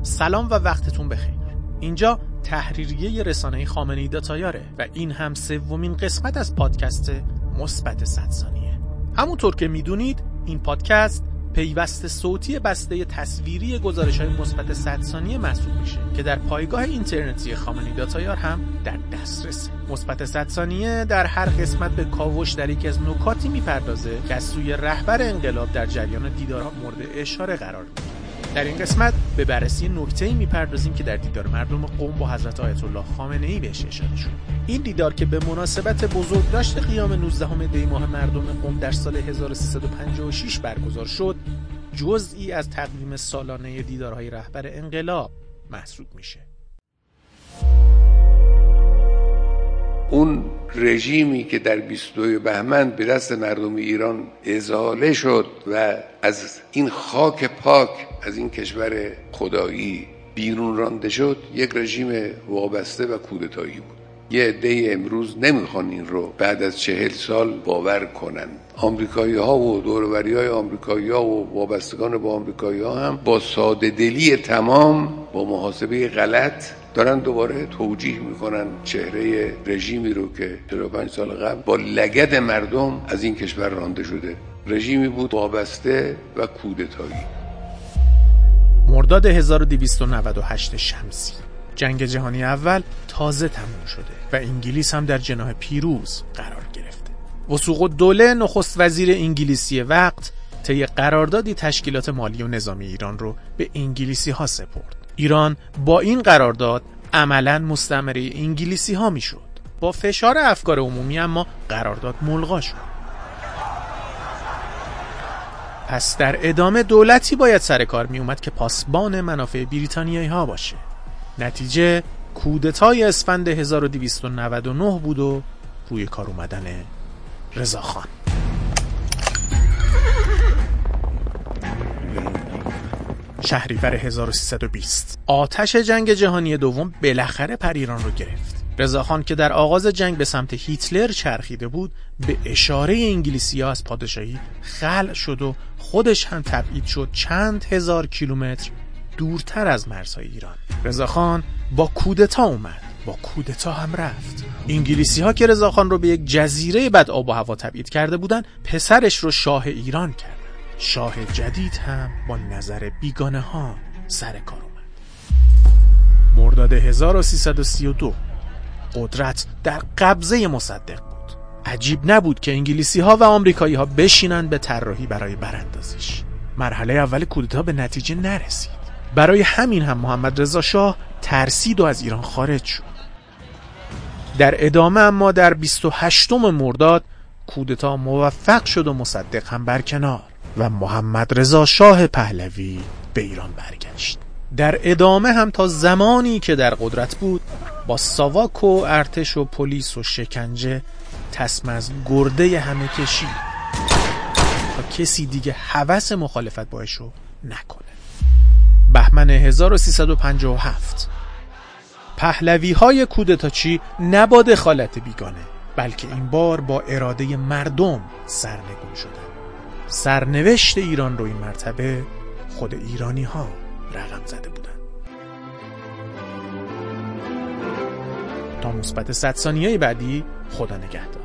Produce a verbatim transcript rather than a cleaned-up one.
سلام و وقتتون بخیر. اینجا تحریریه رسانه خامنه‌ای داتایاره و این هم سومین قسمت از پادکست مثبت صد ثانیه. همونطور که میدونید این پادکست پیوست صوتی بسته تصویری گزارش‌های مثبت صد ثانیه محسوب میشه که در پایگاه اینترنتی خامنه‌ای داتایار هم در دسترسه. مثبت صد ثانیه در هر قسمت به کاوش در یکی از نکاتی میپردازه که از سوی رهبر انقلاب در جریان دیدارها مورد اشاره قرار میگیره. در این قسمت به بررسی نکته‌ای میپردازیم که در دیدار مردم قم با حضرت آیت الله خامنه‌ای بهش اشاره شد. این دیدار که به مناسبت بزرگداشت قیام نوزدهم دی ماه مردم قم در سال هزار و سیصد و پنجاه و شش برگزار شد، جزئی از تقویم سالانه دیدارهای رهبر انقلاب محسوب میشه. اون رژیمی که در بیست و دو بهمن به دست مردم ایران ازاله شد و از این خاک پاک، از این کشور خدایی بیرون رانده شد، یک رژیم وابسته و کودتایی بود. یه عده امروز نمیخوان این رو بعد از چهل سال باور کنن. آمریکایی ها و دوروبری های آمریکایی ها و وابستگان با آمریکایی ها هم با ساده دلی تمام، با محاسبه غلط دارن دوباره توجیه میکنن چهره رژیمی رو که چهل و پنج سال قبل با لگد مردم از این کشور رانده شده. رژیمی بود وابسته و کودتایی. مرداد هزار و دویست و نود و هشت شمسی، جنگ جهانی اول تازه تموم شده و انگلیس هم در جناح پیروز قرار گرفته. وثوق الدوله نخست وزیر انگلیسی وقت طی قراردادی تشکیلات مالی و نظامی ایران رو به انگلیسی ها سپرد. ایران با این قرارداد عملاً مستعمره انگلیسی ها می شد. با فشار افکار عمومی اما قرارداد ملغا شد. پس در ادامه دولتی باید سر کار می اومد که پاسبان منافع بریتانیایی ها باشه. نتیجه کودتای اسفند هزار و دویست و نود و نه بود و روی کار اومدن رضاخان. شهریور هزار و سیصد و بیست، آتش جنگ جهانی دوم بالاخره پر ایران رو گرفت. رضاخان که در آغاز جنگ به سمت هیتلر چرخیده بود، به اشاره انگلیسی‌ها از پادشاهی خلع شد و خودش هم تبعید شد چند هزار کیلومتر دورتر از مرزهای ایران. رضاخان با کودتا اومد، با کودتا هم رفت. انگلیسی‌ها که رضاخان رو به یک جزیره بد آب و هوا تبعید کرده بودن، پسرش رو شاه ایران کردن. شاه جدید هم با نظر بیگانه ها سر کار اومد. مرداد هزار و سیصد و سی و دو، قدرت در قبضه مصدق بود. عجیب نبود که انگلیسی ها و آمریکایی ها بشینن به طراحی برای براندازیش. مرحله اول کودتا به نتیجه نرسید. برای همین هم محمد رضا شاه ترسید و از ایران خارج شد. در ادامه اما در بیست و هشتم مرداد کودتا موفق شد و مصدق هم برکنار و محمد رضا شاه پهلوی به ایران برگشت. در ادامه هم تا زمانی که در قدرت بود با ساواک و ارتش و پلیس و شکنجه تسمه از گرده همه کشید تا کسی دیگه هوس مخالفت باهاشو نکنه. بهمن هزار و سیصد و پنجاه و هفت، پهلوی های کودتاچی نه با دخالت بیگانه بلکه این بار با اراده مردم سرنگون شدن. سرنوشت ایران رو این مرتبه خود ایرانی ها رقم زده بودن. تا مثبت صد ثانیه بعدی، خدا نگهدار.